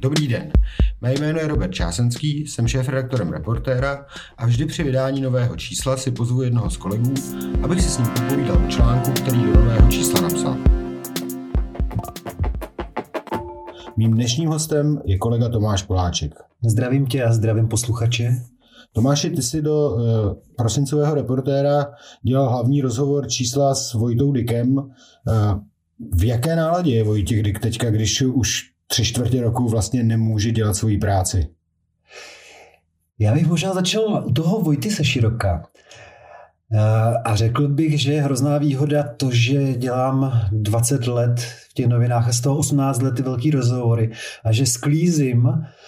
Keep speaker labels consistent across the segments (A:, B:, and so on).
A: Dobrý den, mé jméno je Robert Čásenský, jsem šéfredaktorem Reportéra a vždy při vydání nového čísla si pozvu jednoho z kolegů, abych si s ním popovídal o článku, který do nového čísla napsal. Mým dnešním hostem je kolega Tomáš Poláček.
B: Zdravím tě a zdravím posluchače.
A: Tomáši, ty jsi do prosincového Reportéra dělal hlavní rozhovor čísla s Vojtou Dykem. V jaké náladě je Vojtěch Dyk teďka, když už 3/4 roku vlastně nemůže dělat svoji práci?
B: Já bych možná začal u toho Vojty Seširoka. A řekl bych, že je hrozná výhoda to, že dělám 20 let v těch novinách a z toho 18 let ty velký rozhovory a že sklízím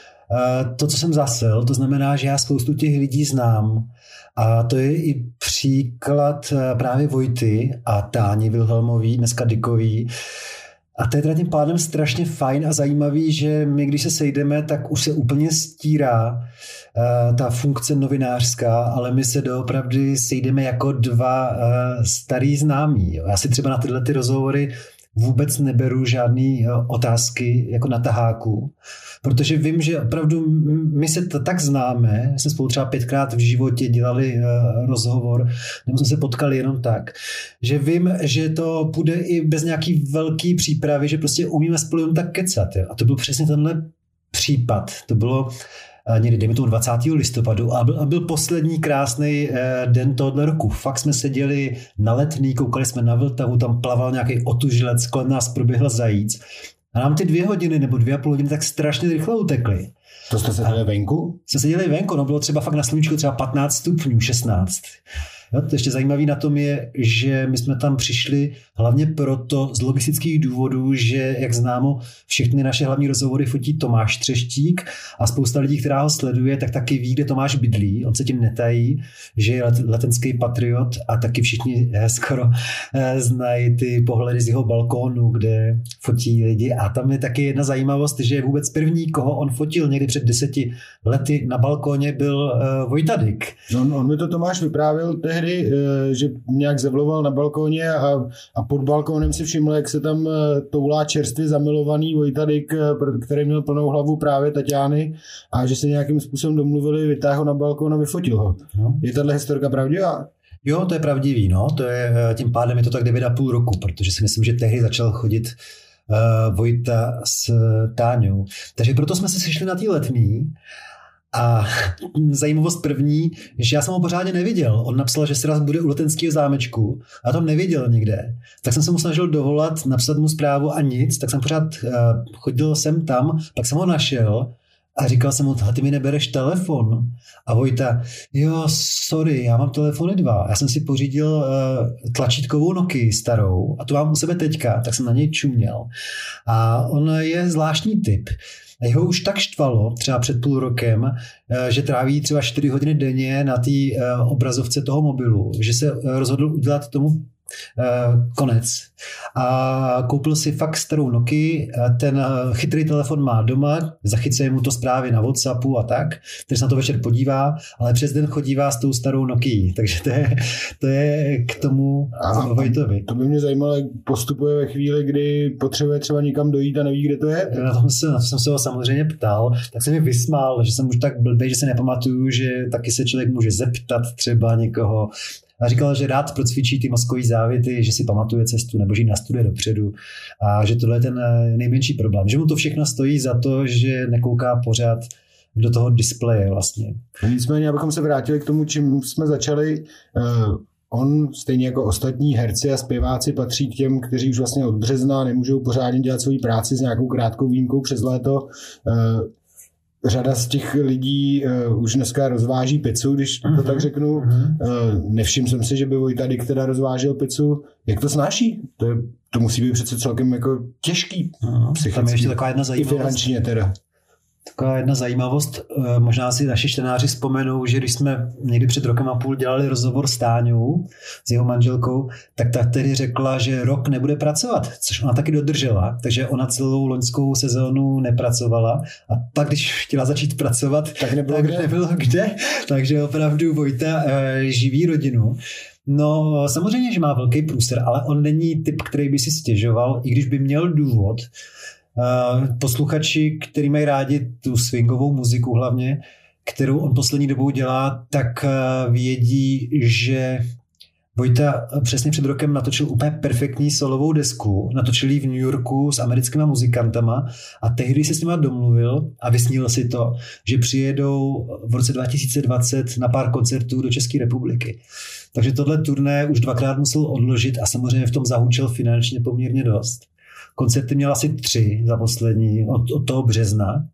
B: to, co jsem zasel, to znamená, že já spoustu těch lidí znám a to je i příklad právě Vojty a Táni Wilhelmový, dneska Dykový. A to je teda tím pádem strašně fajn a zajímavý, že my, když se sejdeme, tak už se úplně stírá ta funkce novinářská, ale my se doopravdy sejdeme jako dva starý známí. Já si třeba na tyhle ty rozhovory vůbec neberu žádný otázky jako na taháku, protože vím, že opravdu my se tak známe, jsme spolu třeba 5krát v životě dělali rozhovor, nebo jsme se potkali jenom tak, že vím, že to půjde i bez nějaký velký přípravy, že prostě umíme spolu jen tak kecat. Jo. A to byl přesně tenhle případ. To bylo někdy, dejme tomu 20. listopadu a byl poslední krásný den tohoto roku. Fakt jsme seděli na Letný, koukali jsme na Vltavu, tam plaval nějaký otužilec, kolem nás proběhl zajíc a nám ty 2 hodiny nebo 2,5 hodiny tak strašně rychle utekly.
A: To jste seděli venku?
B: Jsme seděli venku, no bylo třeba fakt na sluníčku třeba 15 stupňů, 16. Jo, to ještě zajímavý na tom je, že my jsme tam přišli hlavně proto z logistických důvodů, že jak známo, všechny naše hlavní rozhovory fotí Tomáš Třeštík a spousta lidí, která ho sleduje, tak taky ví, kde Tomáš bydlí. On se tím netají, že je letenský patriot a taky všichni skoro znají ty pohledy z jeho balkónu, kde fotí lidi. A tam je taky jedna zajímavost, že vůbec první, koho on fotil někdy před 10 lety na balkóně, byl Vojta Dyk.
A: On mi to Tomáš vyprávěl tehdy, že nějak zavloval na balkóně a pod balkónem si všiml, jak se tam toulá čerstvě zamilovaný Vojta Dyk, který měl plnou hlavu právě Tatiány a že se nějakým způsobem domluvili, vytáhl ho na balkón a vyfotil ho. No. Je tahle historka pravdivá?
B: Jo, to je pravdivý, no. To je, tím pádem je to tak 9,5 roku, protože si myslím, že tehdy začal chodit Vojta s Táňou. Takže proto jsme se sešli na té Letný. A zajímavost první, že já jsem ho pořádně neviděl. On napsal, že se raz bude u Letenského zámečku a to neviděl nikde. Tak jsem se mu snažil dovolat, napsat mu zprávu a nic, tak jsem pořád chodil sem tam, pak jsem ho našel a říkal jsem mu, ty mi nebereš telefon. A Vojta, jo, sorry, já mám telefony 2. Já jsem si pořídil tlačítkovou Nokii starou a tu mám u sebe teďka, tak jsem na něj čuměl. A on je zvláštní typ. Jeho už tak štvalo, třeba před půl rokem, že tráví třeba 4 hodiny denně na té obrazovce toho mobilu, že se rozhodl udělat tomu konec. A koupil si fakt starou Nokii, ten chytrý telefon má doma, zachycuje mu to zprávy na WhatsAppu a tak, takže se na to večer podívá, ale přes den chodívá s tou starou Nokií, takže to je k tomu Vojtovi.
A: To by mě zajímalo, jak postupuje ve chvíli, kdy potřebuje třeba někam dojít a neví, kde to je?
B: Na to jsem se ho samozřejmě ptal, tak se mi vysmál, že jsem už tak blbej, že se nepamatuju, že taky se člověk může zeptat třeba někoho. A říkal, že rád procvičí ty mozkový závěty, že si pamatuje cestu nebo že ji nastuduje dopředu a že tohle je ten nejmenší problém. Že mu to všechno stojí za to, že nekouká pořád do toho displeje vlastně.
A: Nicméně, abychom se vrátili k tomu, čím jsme začali, on stejně jako ostatní herci a zpěváci patří k těm, kteří už vlastně od března nemůžou pořádně dělat svoji práci s nějakou krátkou výjimkou přes léto. Řada z těch lidí už dneska rozváží pizzu, když to tak řeknu. Nevšiml jsem si, že by Vojta Dyk teda rozvážel pizzu. Jak to snáší? To musí být přece celkem jako těžký psychický.
B: Tam je ještě taková jedna zajímavost.
A: I finančně teda.
B: Taková jedna zajímavost, možná si naši čtenáři vzpomenou, že když jsme někdy před 1,5 rokem dělali rozhovor s Táňou, s jeho manželkou, tak ta tehdy řekla, že rok nebude pracovat, což ona taky dodržela, takže ona celou loňskou sezónu nepracovala a pak, když chtěla začít pracovat, tak nebylo kde. Takže opravdu Vojta živí rodinu. No samozřejmě, že má velký průser, ale on není typ, který by si stěžoval, i když by měl důvod. posluchači, kteří mají rádi tu swingovou muziku hlavně, kterou on poslední dobou dělá, tak vědí, že Vojta přesně před rokem natočil úplně perfektní solovou desku, natočil ji v New Yorku s americkými muzikantama a tehdy se s nima domluvil a vysnil si to, že přijedou v roce 2020 na pár koncertů do České republiky. Takže tohle turné už 2krát musel odložit a samozřejmě v tom zahučel finančně poměrně dost. Koncerty měl asi 3 za poslední, od toho března.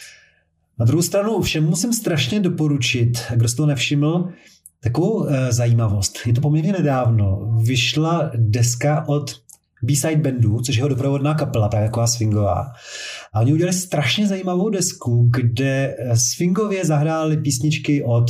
B: Na druhou stranu všem musím strašně doporučit, kdo si to nevšiml, takovou zajímavost. Je to poměrně nedávno. Vyšla deska od B-Side Bandu, což je jeho doprovodná kapela, tak jako swingová. A oni udělali strašně zajímavou desku, kde swingově zahráli písničky od,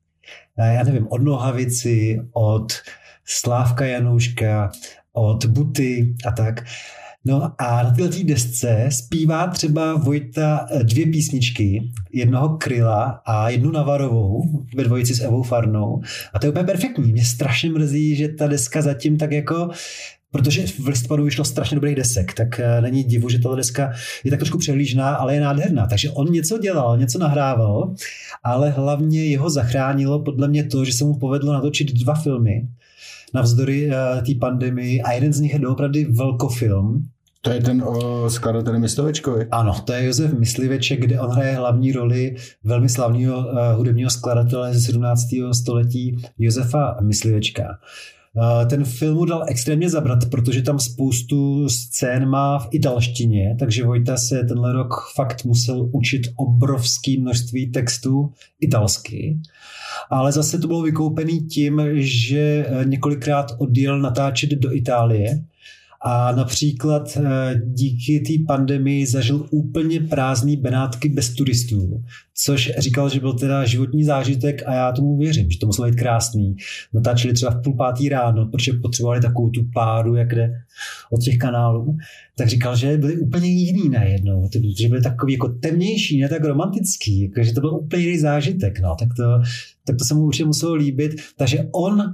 B: já nevím, od Nohavici, od Slávka Janouška, od Buty a tak. No a na této desce zpívá třeba Vojta 2 písničky, jednoho Kryla a jednu Navarovou ve dvojici s Evou Farnou. A to je úplně perfektní. Mě strašně mrzí, že ta deska zatím tak jako, protože v listopadu vyšlo strašně dobrých desek, tak není divu, že ta deska je tak trošku přehlížná, ale je nádherná. Takže on něco dělal, něco nahrával, ale hlavně jeho zachránilo podle mě to, že se mu povedlo natočit 2 filmy navzdory té pandemii a jeden z nich je doopravdy velkofilm.
A: To je ten o skladateli Myslivečkovi?
B: Ano, to je Josef Mysliveček, kde on hraje hlavní roli velmi slavného hudebního skladatele ze 17. století Josefa Myslivečka. Ten film mu dal extrémně zabrat, protože tam spoustu scén má v italštině, takže Vojta se tenhle rok fakt musel učit obrovské množství textů italsky. Ale zase to bylo vykoupený tím, že několikrát odjel natáčet do Itálie a například díky té pandemii zažil úplně prázdný Benátky bez turistů, což říkal, že byl teda životní zážitek a já tomu věřím, že to muselo být krásný. Natáčeli třeba v 4:30 ráno, protože potřebovali takovou tu páru, jak jde od těch kanálů, tak říkal, že byli úplně jiný najednou, že byli takový jako temnější, ne tak romantický, jako, že to byl úplně jiný zážitek, no, tak to se mu určitě muselo líbit, takže on,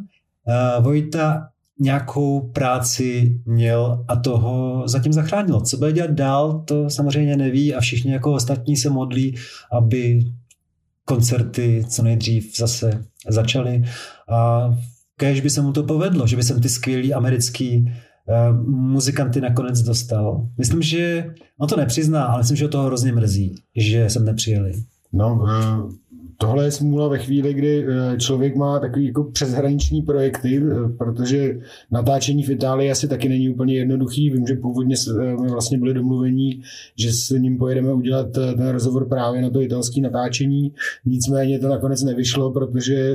B: Vojta, nějakou práci měl a toho zatím zachránilo. Co bude dělat dál, to samozřejmě neví a všichni jako ostatní se modlí, aby koncerty co nejdřív zase začaly a kéž by se mu to povedlo, že by jsem ty skvělý americký muzikanty nakonec dostal. Myslím, že on to nepřizná, ale myslím, že ho toho hrozně mrzí, že jsem nepřijeli.
A: No, tohle je smůla ve chvíli, kdy člověk má takový jako přeshraniční projekty, protože natáčení v Itálii asi taky není úplně jednoduchý. Vím, že původně jsme vlastně byli domluvení, že s ním pojedeme udělat ten rozhovor právě na to italské natáčení. Nicméně to nakonec nevyšlo, protože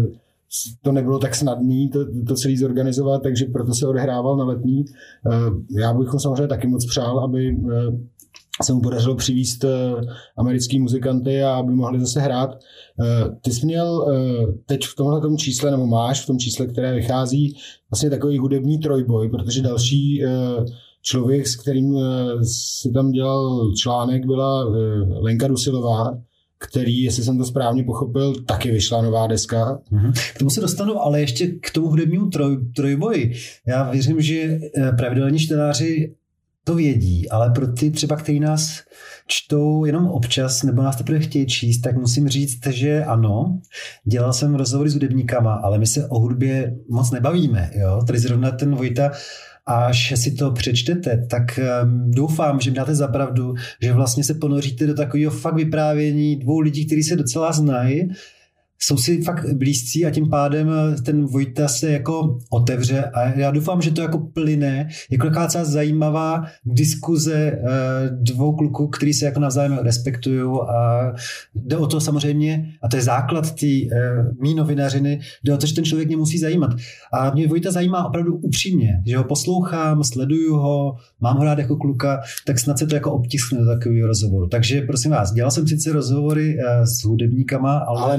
A: to nebylo tak snadné to celé zorganizovat, takže proto se odehrával na Letný. Já bych samozřejmě taky moc přál, aby se mu podařilo přivést americký muzikanty a aby mohli zase hrát. Ty jsi měl teď v tomhletom čísle, nebo máš v tom čísle, které vychází, vlastně takový hudební trojboj, protože další člověk, s kterým si tam dělal článek, byla Lenka Dusilová, který, jestli jsem to správně pochopil, taky vyšla nová deska.
B: K tomu se dostanu, ale ještě k tomu hudebnímu trojboji. Já věřím, že pravidelní čtenáři to vědí, ale pro ty třeba, kteří nás čtou jenom občas nebo nás teprve chtějí číst, tak musím říct, že ano, dělal jsem rozhovory s hudebníkama, ale my se o hudbě moc nebavíme. Jo? Tady zrovna ten Vojta, až si to přečtete, tak doufám, že mi dáte za pravdu, že vlastně se ponoříte do takového fakt vyprávění 2 lidí, kteří se docela znají, jsou si fakt blízcí a tím pádem ten Vojta se jako otevře a já doufám, že to jako plyne jako taková zajímavá diskuze 2 kluků, kteří se jako navzájem respektují a jde o to samozřejmě, a to je základ té mý novinařiny, jde o to, že ten člověk mě musí zajímat. A mě Vojta zajímá opravdu upřímně, že ho poslouchám, sleduju ho, mám ho rád jako kluka, tak snad se to jako obtiskne do takového rozhovoru. Takže prosím vás, dělal jsem sice rozhovory s hudebníkama, ale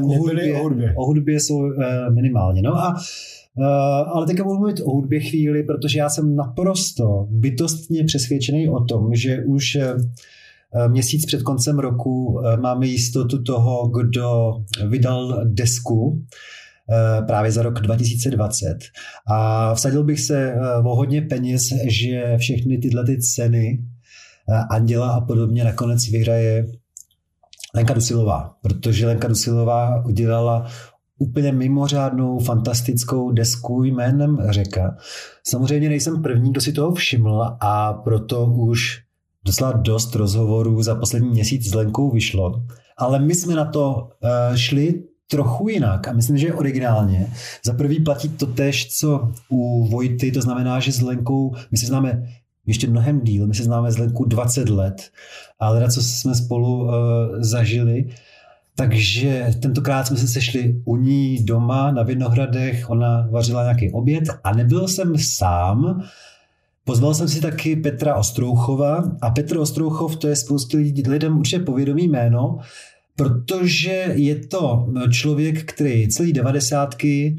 B: o hudbě jsou minimálně. No a ale teďka budu mluvit o hudbě chvíli, protože já jsem naprosto bytostně přesvědčený o tom, že už měsíc před koncem roku máme jistotu toho, kdo vydal desku právě za rok 2020. A vsadil bych se o hodně peněz, že všechny tyhle ty ceny Anděla a podobně nakonec vyhraje Lenka Dusilová, protože Lenka Dusilová udělala úplně mimořádnou, fantastickou desku jménem Řeka. Samozřejmě nejsem první, kdo si toho všiml a proto už docela dost rozhovorů za poslední měsíc s Lenkou vyšlo. Ale my jsme na to šli trochu jinak a myslím, že originálně. Za prvý platí to též, co u Vojty, to znamená, že s Lenkou my se známe ještě mnohem díl, my se známe s Lenkou 20 let, ale co jsme spolu zažili. Takže tentokrát jsme se sešli u ní doma na Vinohradech, ona vařila nějaký oběd a nebyl jsem sám. Pozval jsem si taky Petra Ostrouchova a Petr Ostrouchov, to je spoustě lidem určitě povědomý jméno, protože je to člověk, který celý 90.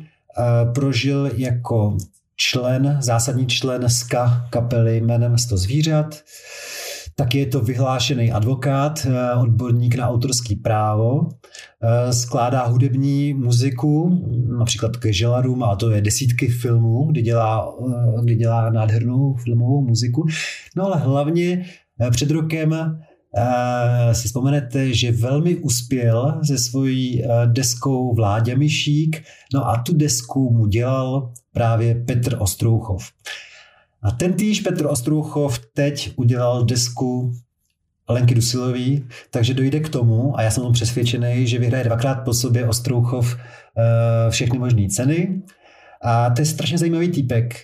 B: prožil jako zásadní člen ska kapely jménem 100 zvířat. Taky je to vyhlášený advokát, odborník na autorský právo, skládá hudební muziku, například k želadům, a to je desítky filmů, kdy dělá nádhernou filmovou muziku. No ale hlavně před rokem si vzpomenete, že velmi uspěl se svojí deskou Vláďa Myšík, no a tu desku mu dělal právě Petr Ostrouchov. A tentýž Petr Ostrouchov teď udělal desku Lenky Dusilové, takže dojde k tomu, a já jsem přesvědčený, že vyhraje 2krát po sobě Ostrouchov všechny možné ceny. A to je strašně zajímavý týpek,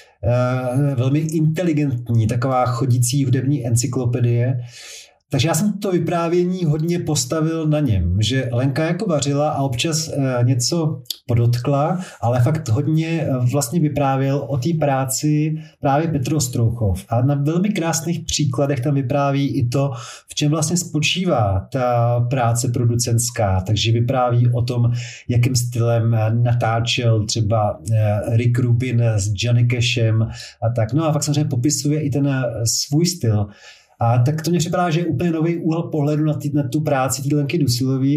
B: velmi inteligentní, taková chodící hudební encyklopedie. Takže já jsem to vyprávění hodně postavil na něm, že Lenka jako vařila a občas něco podotkla, ale fakt hodně vlastně vyprávěl o té práci právě Petr Ostrouchov. A na velmi krásných příkladech tam vypráví i to, v čem vlastně spočívá ta práce producentská. Takže vypráví o tom, jakým stylem natáčel třeba Rick Rubin s Johnny Cashem a tak. No a pak samozřejmě popisuje i ten svůj styl. A tak to mě připadá, že je úplně nový úhel pohledu na tu práci té Lenky Dusilové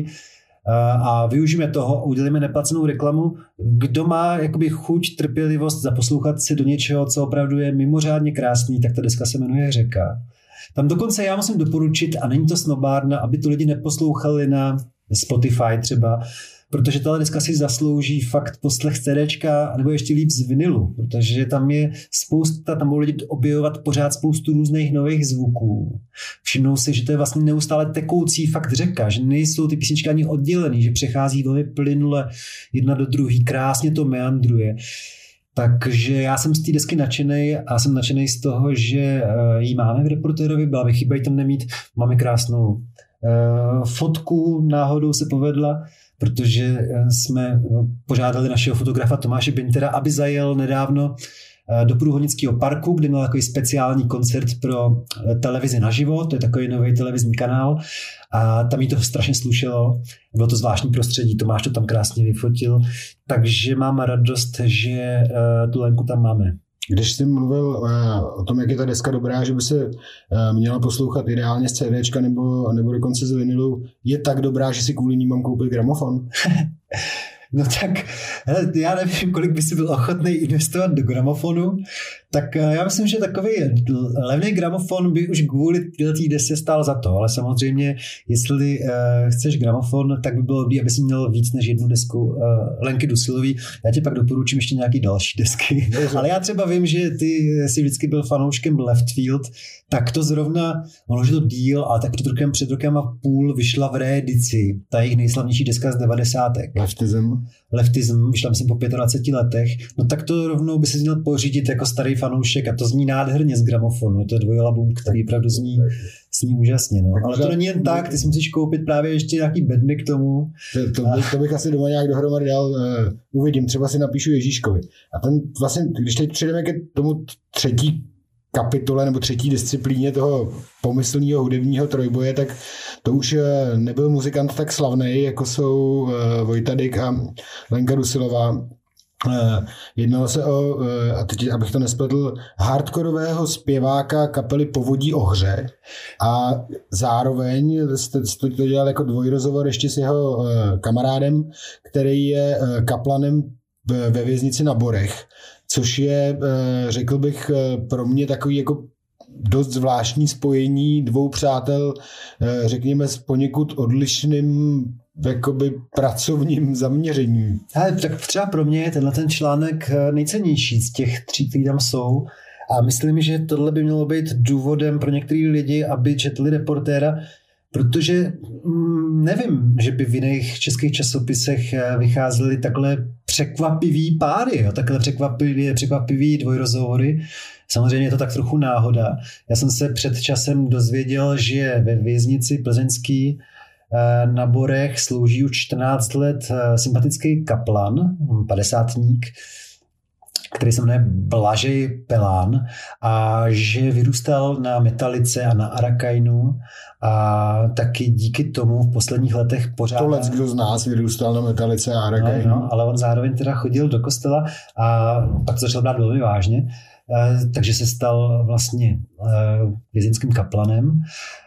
B: a využijeme toho a udělíme neplacenou reklamu. Kdo má jakoby chuť, trpělivost zaposlouchat si do něčeho, co opravdu je mimořádně krásný, tak ta deska se jmenuje Řeka. Tam dokonce já musím doporučit, a není to snobárna, aby to lidi neposlouchali na Spotify třeba, protože tahle deska si zaslouží fakt poslech CDčka nebo ještě líp z vinilu, protože tam je spousta, tam budou lidi objevovat pořád spoustu různých nových zvuků. Všimnou si, že to je vlastně neustále tekoucí fakt řeka, že nejsou ty písničky ani oddělený, že přechází velmi plynule jedna do druhý, krásně to meandruje. Takže já jsem z té desky nadšenej a jsem nadšenej z toho, že ji máme v Reportérovi, byla by chyba ji tam nemít, máme krásnou fotku, náhodou se povedla, protože jsme požádali našeho fotografa Tomáše Bintera, aby zajel nedávno do Průhonického parku, kde měl takový speciální koncert pro televizi naživo, to je takový nový televizní kanál a tam jí to strašně slušelo, bylo to zvláštní prostředí, Tomáš to tam krásně vyfotil, takže mám radost, že tu Lenku tam máme.
A: Když jsi mluvil o tom, jak je ta deska dobrá, že by se měla poslouchat ideálně z CDčka nebo dokonce z vinilu, je tak dobrá, že si kvůli ní mám koupit gramofon?
B: No tak, já nevím, kolik by si byl ochotný investovat do gramofonu, tak já myslím, že takový levný gramofon by už kvůli této desce stál za to, ale samozřejmě, jestli chceš gramofon, tak by bylo dobré, aby si měl víc než jednu desku Lenky Dusilové. Já ti pak doporučím ještě nějaký další desky, ale já třeba vím, že ty jsi vždycky byl fanouškem Leftfield, tak to zrovna, ono už je to díl, ale tak před rokem a půl vyšla v reedici ta jejich nejslavnější deska z 90. Leftism, vyšla myslím po 25 letech, no tak to rovnou by si měl pořídit jako starý fanoušek a to zní nádherně z gramofonu, to je dvojalbum, který opravdu zní úžasně, no. Ale to není jen tak, ty si musíš koupit právě ještě nějaký bedny k tomu.
A: To bych asi doma nějak dohromady dal, uvidím, třeba si napíšu Ježíškovi. A ten vlastně, když teď přejdeme ke tomu třetí kapitole nebo třetí disciplíně toho pomyslného hudebního trojboje, tak to už nebyl muzikant tak slavný, jako jsou Vojta Dyk a Lenka Dusilová. Jednalo se o, a teď, abych to nespletl, hardkorového zpěváka kapely Povodí Ohře a zároveň to dělal jako dvojrozhovor ještě s jeho kamarádem, který je kaplanem ve věznici na Borech, což je, řekl bych, pro mě takový jako dost zvláštní spojení dvou přátel, řekněme s poněkud odlišným jakoby pracovním zaměřením.
B: Ale tak třeba pro mě je tenhle ten článek nejcennější z těch 3, který tam jsou. A myslím, že tohle by mělo být důvodem pro některý lidi, aby četli Reportéra, protože nevím, že by v jiných českých časopisech vycházely takhle překvapivý páry, jo? Takhle překvapivý dvojrozhovory. Samozřejmě je to tak trochu náhoda. Já jsem se před časem dozvěděl, že ve věznici plzeňský na Borech slouží už 14 let sympatický kaplan, padesátník, který se jmenuje Blažej Pelán a že vyrůstal na Metalice a na Arakainu a taky díky tomu v posledních letech pořád...
A: To kdo z nás vyrůstal na Metalice a Arakainu.
B: No, ale on zároveň teda chodil do kostela a pak to začal brát velmi vážně, takže se stal vlastně vězeňským kaplanem.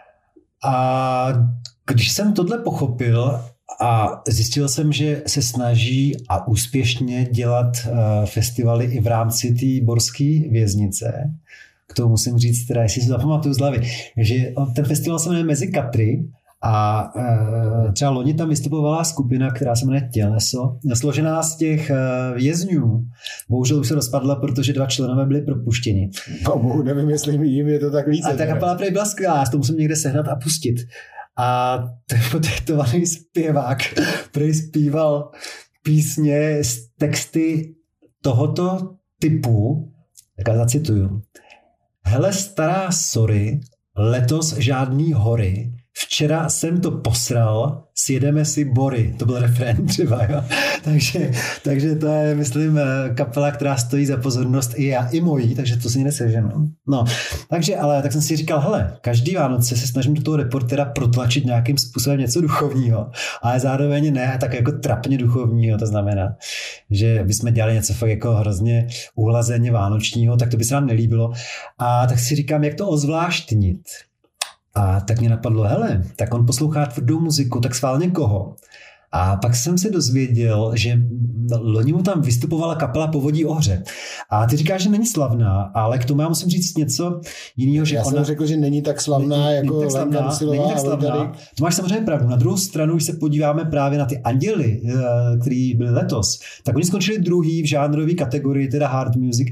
B: A když jsem tohle pochopil a zjistil jsem, že se snaží a úspěšně dělat festivaly i v rámci té borské věznice. K tomu musím říct, teda, jestli si zapamatuju z hlavy, že ten festival se jmenuje Mezi Katry a třeba loni tam vystupovala skupina, která se jmenuje Těleso, složená z těch vězňů. Bohužel už se rozpadla, protože 2 členové byli propuštěni.
A: Bohu, nevím, jestli jim je to tak více.
B: A ta kapela prej byla skvělá, já to musím někde sehnat a pustit. A ten potektovaný zpěvák prej zpíval písně s texty tohoto typu, tak já zacituju. Hele stará sorry, letos žádný hory, včera jsem to posral, sjedeme si bory. To byl refrén třeba, jo. Takže to je, myslím, kapela, která stojí za pozornost i já, i mojí, takže to si neseženu. No, takže, ale tak jsem si říkal, hele, každý Vánoce se snažím do toho Reportéra protlačit nějakým způsobem něco duchovního, ale zároveň ne tak jako trapně duchovního, to znamená, že bychom dělali něco fakt jako hrozně uhlazeně vánočního, tak to by se nám nelíbilo. A tak si říkám, jak to ozvláštnit. A tak mě napadlo, hele, tak on poslouchá tvrdou muziku, tak schválně koho? A pak jsem se dozvěděl, že loni mu tam vystupovala kapela Povodí Ohře. A ty říkáš, že není slavná, ale k tomu já musím říct něco jiného, že
A: já jsem řekl, že není tak slavná jako Lenka Dusilová.
B: Není tak slavná. To máš samozřejmě pravdu. Na druhou stranu, když se podíváme právě na ty Anděly, který byly letos, tak oni skončili druhý v žánrové kategorii, teda hard music.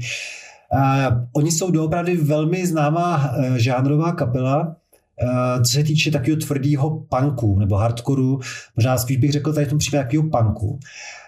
B: Oni jsou doopravdy velmi známá žánrová kapela, co se týče takového tvrdého punku nebo hardcoreu, možná spíš bych řekl tady v tom případě takového punku.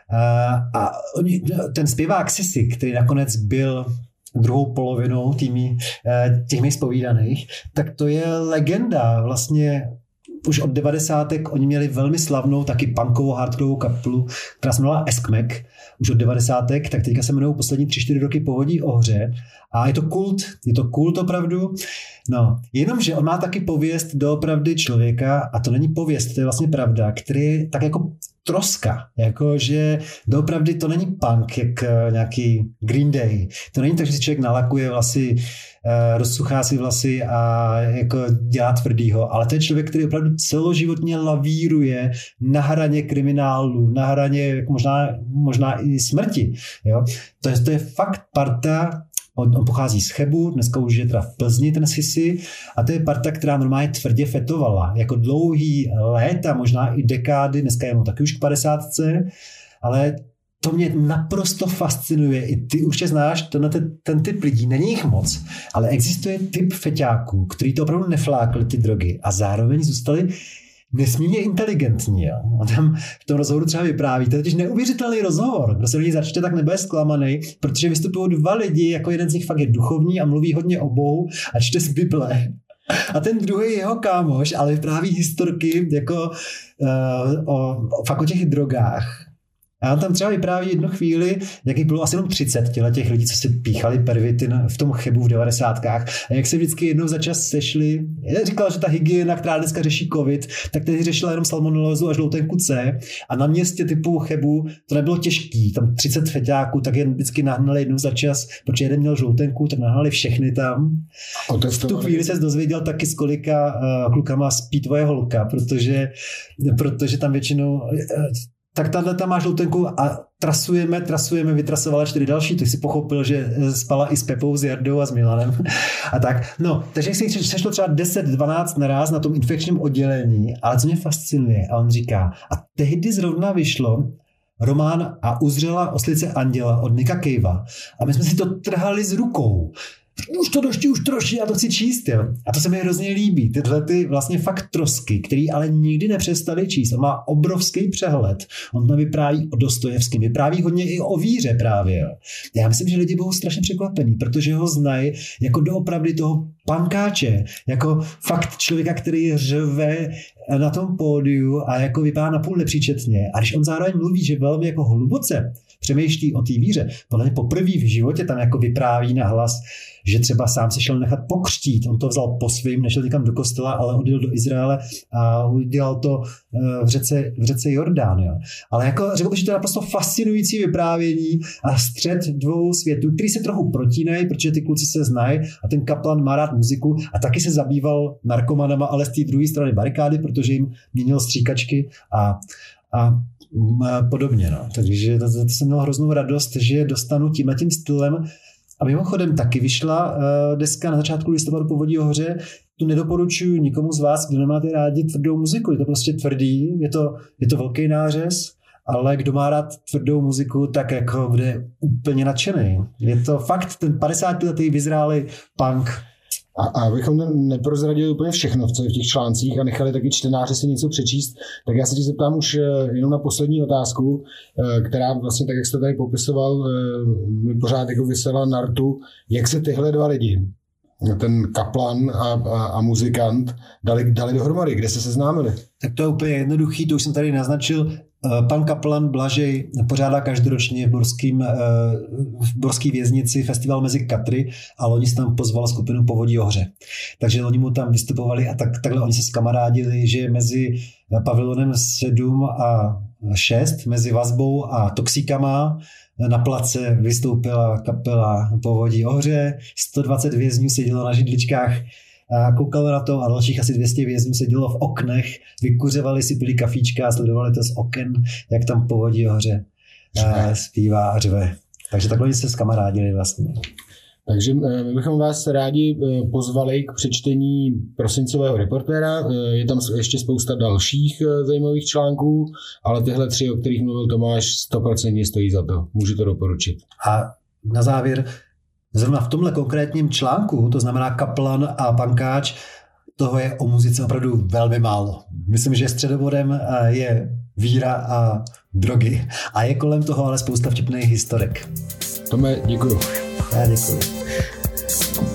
B: A ten zpěvák Sisi, který nakonec byl druhou polovinou těch mých zpovídaných, tak to je legenda. Vlastně už od 90. oni měli velmi slavnou taky punkovou hardcoreovou kapelu, která se jmenovala Eskmek, už od 90. tak teďka se jmenují poslední 3-4 roky Povodí Ohře a je to kult opravdu. No, jenomže on má taky pověst doopravdy člověka a to není pověst, to je vlastně pravda, který tak jako troska, jakože doopravdy to není punk, jak nějaký Green Day. To není tak, že si člověk nalakuje vlasy, rozsuchá si vlasy a jako dělá tvrdýho, ale to je člověk, který opravdu celoživotně lavíruje na hraně kriminálu, na hraně jako možná i smrti. Jo? To je fakt parta. On pochází z Chebu, dneska už je teda v Plzni ten Sisi a to je parta, která normálně tvrdě fetovala. Jako dlouhý léta, možná i dekády, dneska je mu taky už k 50, ale to mě naprosto fascinuje. I ty už tě znáš, ten typ lidí, není jich moc, ale existuje typ feťáků, který to opravdu neflákli ty drogy a zároveň zůstali nesmírně inteligentní. Jo. A tam v tom rozhovoru třeba vypráví, to je totiž neuvěřitelný rozhovor. Kdo se lidi začte, tak nebude zklamaný, protože vystupují 2 lidi, jako jeden z nich fakt je duchovní a mluví hodně o Bohu a čte z Bible. A ten druhý je jeho kámoš, ale vypráví historky jako fakt o těch drogách. A on tam třeba vypráví jednu chvíli, jakých bylo asi jenom 30 těch lidí, co si píchali pervity v tom Chebu v 90. A jak se vždycky jednou za čas sešli. Říkal, že ta hygiena, která dneska řeší covid, tak tehdy řešila jenom salmonelózu a žloutenku C. A na městě typu Chebu to nebylo těžký. Tam 30 feťáků, tak jen vždycky nahnali jednou za čas, protože jeden měl žloutenku, tak nahnali všechny tam. V tu chvíli se dozvěděl taky, s kolika klukama spí tvoje holka, protože tam většinou tak tahle tam máš žloutenku a trasujeme, vytrasovala 4 další, ty si pochopil, že spala i s Pepou, s Jardou a s Milanem a tak. No, takže si sešlo třeba 10-12 naraz na tom infekčním oddělení, ale co mě fascinuje, a on říká, a tehdy zrovna vyšlo román A uzřela oslice anděla od Nicka Cavea a my jsme si to trhali s rukou. Už to doští, já to chci číst. Jo. A to se mi hrozně líbí. Tyhle ty vlastně fakt trosky, který ale nikdy nepřestali číst. On má obrovský přehled. On tam vypráví o Dostojevském, vypráví hodně i o víře právě. Jo. Já myslím, že lidi budou strašně překvapení, protože ho znají jako doopravdy toho pankáče, jako fakt člověka, který řve na tom pódiu a jako vypadá napůl nepříčetně. A když on zároveň mluví, že velmi jako hluboce přemýšlí o té víře, podle mě poprvé v životě tam jako vypráví na hlas, že třeba sám se šel nechat pokřtít. On to vzal po svým, nešel někam do kostela, ale odjel do Izraele a udělal to v řece Jordán. Jo. Ale jako řekl bych, že to je naprosto fascinující vyprávění a střed dvou světů, který se trochu protínají, protože ty kluci se znají a ten kaplan má rád muziku a taky se zabýval narkomanama, ale z té druhé strany barikády, protože jim měnil stříkačky a podobně. No. Takže to jsem měl hroznou radost, že dostanu tímhletím stylem. A mimochodem taky vyšla deska na začátku listopadu Povodí o hoře. Tu nedoporučuji nikomu z vás, kdo nemáte rádi tvrdou muziku. Je to prostě tvrdý, je to velký nářez, ale kdo má rád tvrdou muziku, tak jako bude úplně nadšený. Je to fakt ten 50letý vyzrálý punk.
A: A abychom neprozradili úplně všechno v těch článcích a nechali taky čtenáři si něco přečíst, tak já se ti zeptám už jenom na poslední otázku, která vlastně tak, jak jste tady popisoval, mi pořád jako vysela na rtu. Jak se tyhle dva lidi, ten kaplan a muzikant, dali dohromady? Kde se seznámili?
B: Tak to je úplně jednoduchý, to už jsem tady naznačil. Pan kaplan Blažej pořádá každoročně v borské věznici festival Mezi Katry a loni se tam pozval skupinu Povodí o hoře. Takže oni mu tam vystupovali a takhle oni se zkamarádili, že mezi pavilonem 7 a 6, mezi Vazbou a Toxikama na place vystoupila kapela Povodí o hoře, 120 vězňů sedělo na židličkách a koukali na to a dalších asi 200 vězňů sedělo v oknech, vykuřovali si, pili kafíčka a sledovali to z oken, jak tam Povodí o hoře zpívá a řve. Takže takhle oni se zkamarádili vlastně.
A: Takže my bychom vás rádi pozvali k přečtení prosincového Reportéra. Je tam ještě spousta dalších zajímavých článků, ale tyhle 3, o kterých mluvil Tomáš, 100% stojí za to. Můžu to doporučit.
B: A na závěr, zrovna v tomhle konkrétním článku, to znamená kaplan a pankáč, toho je o muzice opravdu velmi málo. Myslím, že středobodem je víra a drogy. A je kolem toho ale spousta vtipných historek.
A: Tome, děkuju.
B: Já děkuju.